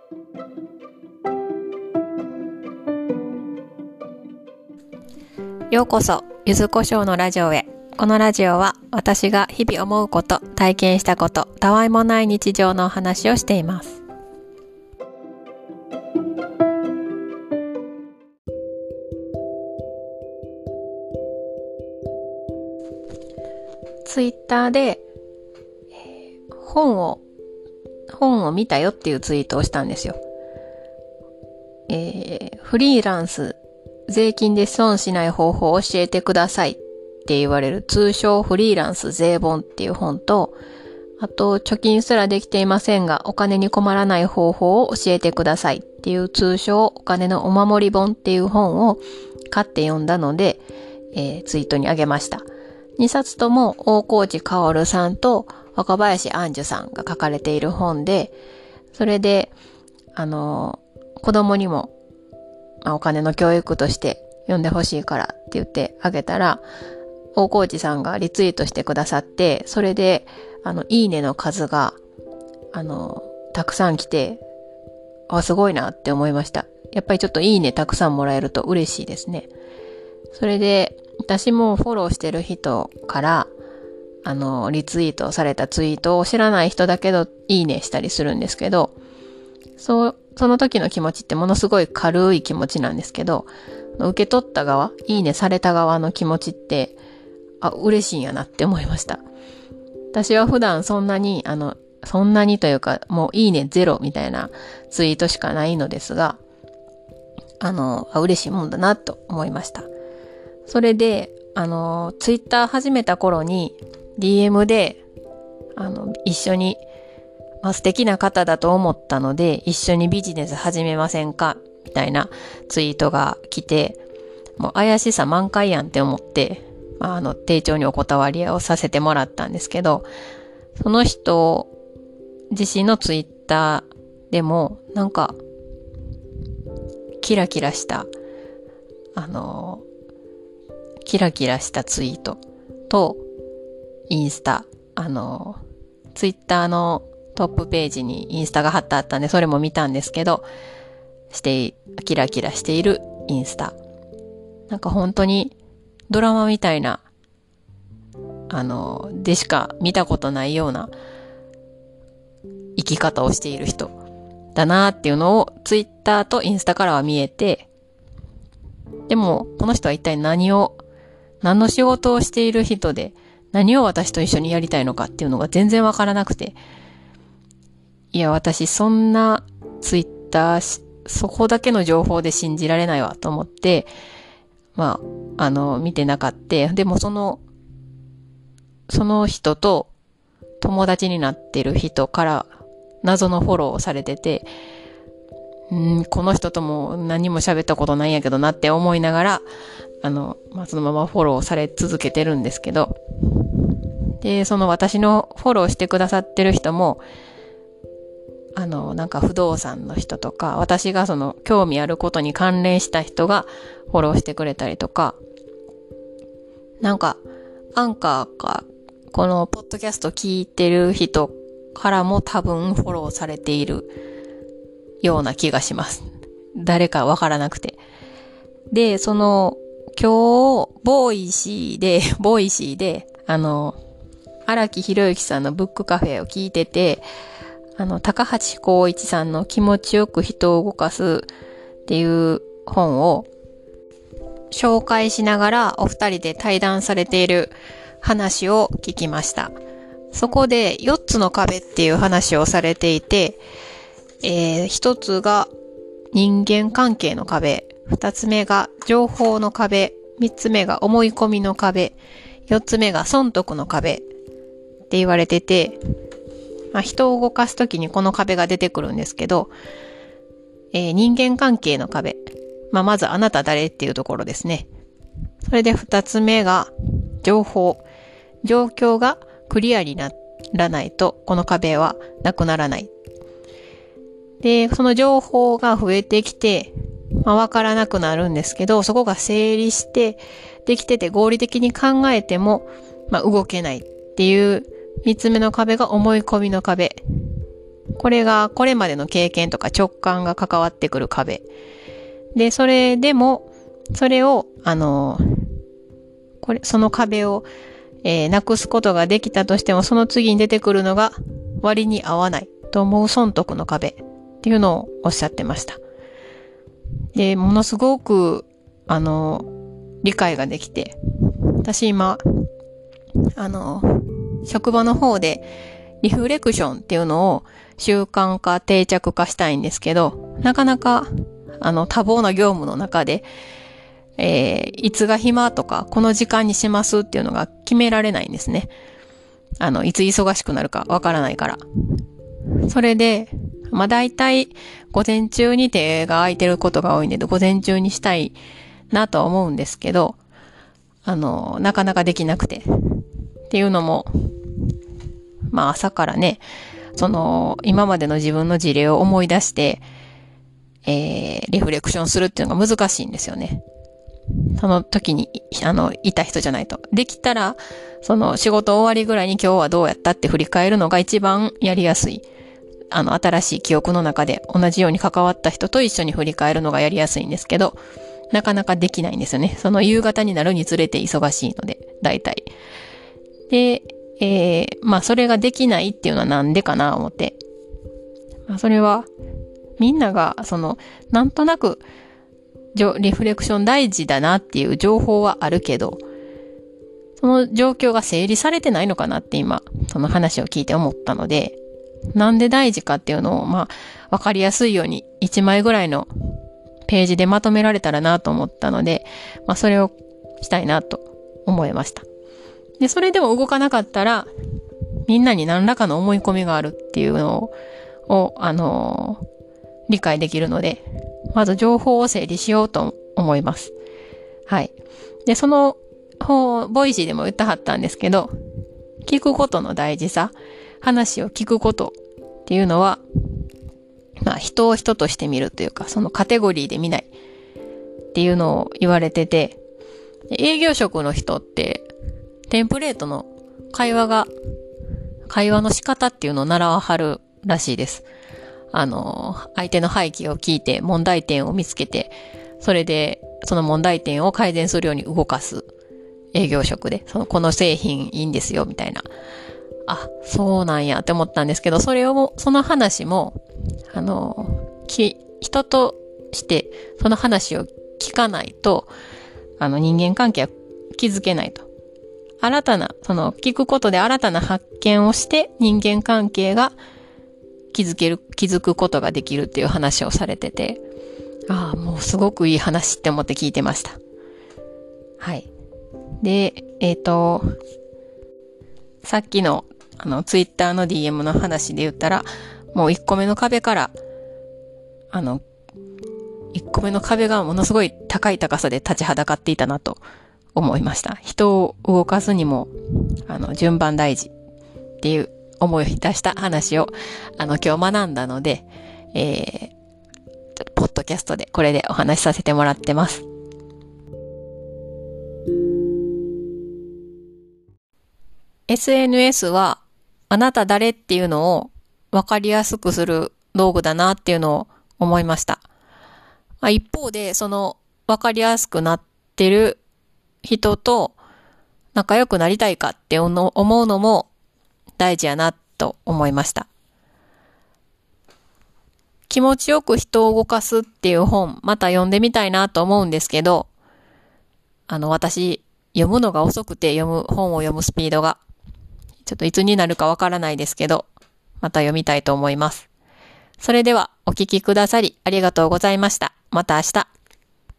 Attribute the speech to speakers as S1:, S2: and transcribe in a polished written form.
S1: ようこそゆずこしょうのラジオへ。このラジオは私が日々思うこと、体験したこと、たわいもない日常のお話をしています。ツイッターで、本を見たよっていうツイートをしたんですよ。フリーランス税金で損しない方法を教えてくださいって言われる通称フリーランス税本っていう本と、あと貯金すらできていませんがお金に困らない方法を教えてくださいっていう通称お金のお守り本っていう本を買って読んだので、ツイートにあげました。2冊とも大河内薫さんと若林杏樹さんが書かれている本で、それで子供にもお金の教育として読んでほしいからって言ってあげたら、大河内さんがリツイートしてくださって、それでいいねの数がたくさん来て、すごいなって思いました。やっぱりちょっといいねたくさんもらえると嬉しいですね。それで私もフォローしてる人からリツイートされたツイートを知らない人だけどいいねしたりするんですけど、その時の気持ちってものすごい軽い気持ちなんですけど、受け取った側、いいねされた側の気持ちって嬉しいんやなって思いました。私は普段そんなにというかもういいねゼロみたいなツイートしかないのですが、嬉しいもんだなと思いました。それでツイッター始めた頃に DM で一緒に素敵な方だと思ったので一緒にビジネス始めませんかみたいなツイートが来て、もう怪しさ満開やんって思って、丁重にお断りをさせてもらったんですけど、その人自身のツイッターでもなんかキラキラしたツイートとインスタ、ツイッターのトップページにインスタが貼ってあったんで、それも見たんですけど、キラキラしているインスタ。なんか本当にドラマみたいな、でしか見たことないような生き方をしている人だなっていうのをツイッターとインスタからは見えて、でもこの人は一体何の仕事をしている人で、何を私と一緒にやりたいのかっていうのが全然わからなくて、いや私そんなツイッターそこだけの情報で信じられないわと思って、見てなかった。でもその人と友達になってる人から謎のフォローをされてて、この人とも何も喋ったことないんやけどなって思いながら、そのままフォローされ続けてるんですけど、で、その私のフォローしてくださってる人も、なんか不動産の人とか、私がその興味あることに関連した人がフォローしてくれたりとか、なんかアンカーかこのポッドキャスト聞いてる人からも多分フォローされているような気がします。誰かわからなくて。で、今日、ボイシーで、荒木博之さんのブックカフェを聞いてて、高橋光一さんの気持ちよく人を動かすっていう本を紹介しながらお二人で対談されている話を聞きました。そこで4つの壁っていう話をされていて、1つが人間関係の壁、2つ目が情報の壁、3つ目が思い込みの壁、4つ目が損得の壁って言われてて、人を動かすときにこの壁が出てくるんですけど、人間関係の壁、まずあなた誰っていうところですね。それで2つ目が情況がクリアにならないとこの壁はなくならない。で、その情報が増えてきて、わからなくなるんですけど、そこが整理してできてて合理的に考えても、動けないっていう3つ目の壁が思い込みの壁これがこれまでの経験とか直感が関わってくる壁。で、それでも、それを、その壁を、なくすことができたとしても、その次に出てくるのが割に合わないと思う損得の壁っていうのをおっしゃってました。で、ものすごく、理解ができて、私今、職場の方でリフレクションっていうのを習慣化、定着化したいんですけど、なかなか、多忙な業務の中で、いつが暇とか、この時間にしますっていうのが決められないんですね。いつ忙しくなるかわからないから。それで、大体、午前中に手が空いてることが多いんで、午前中にしたいなとは思うんですけど、なかなかできなくて。っていうのも、朝からね、今までの自分の事例を思い出して、リフレクションするっていうのが難しいんですよね。その時に、いた人じゃないと。できたら、仕事終わりぐらいに今日はどうやったって振り返るのが一番やりやすい。新しい記憶の中で同じように関わった人と一緒に振り返るのがやりやすいんですけど、なかなかできないんですよね。その夕方になるにつれて忙しいので、大体。で、それができないっていうのはなんでかな思って。それは、みんなが、なんとなく、リフレクション大事だなっていう情報はあるけど、その状況が整理されてないのかなって今、その話を聞いて思ったので、なんで大事かっていうのを、わかりやすいように1枚ぐらいのページでまとめられたらなと思ったので、それをしたいなと思いました。で、それでも動かなかったら、みんなに何らかの思い込みがあるっていうのを、理解できるので、まず情報を整理しようと思います。はい。で、そのボイシーでも言ってはったんですけど、聞くことの大事さ、話を聞くことっていうのは、人を人として見るというか、そのカテゴリーで見ないっていうのを言われてて、営業職の人って、テンプレートの会話の仕方っていうのを習わはるらしいです。相手の背景を聞いて問題点を見つけて、それでその問題点を改善するように動かす営業職で、この製品いいんですよ、みたいな。そうなんやって思ったんですけど、その話も、人としてその話を聞かないと、人間関係は築けないと。聞くことで新たな発見をして人間関係が築くことができるっていう話をされてて、もうすごくいい話って思って聞いてました。はい。で、さっきのツイッターの DM の話で言ったら、もう1個目の壁から、1個目の壁がものすごい高い高さで立ちはだかっていたなと思いました。人を動かすにも、順番大事っていう思い出した話を、今日学んだので、ポッドキャストでこれでお話しさせてもらってます。SNS は、あなた誰っていうのを分かりやすくする道具だなっていうのを思いました。一方で、分かりやすくなってる人と仲良くなりたいかって思うのも大事やなと思いました。気持ちよく人を動かすっていう本、また読んでみたいなと思うんですけど、私、読むのが遅くて本を読むスピードが、ちょっといつになるかわからないですけど、また読みたいと思います。それでは、お聞きくださりありがとうございました。また明日。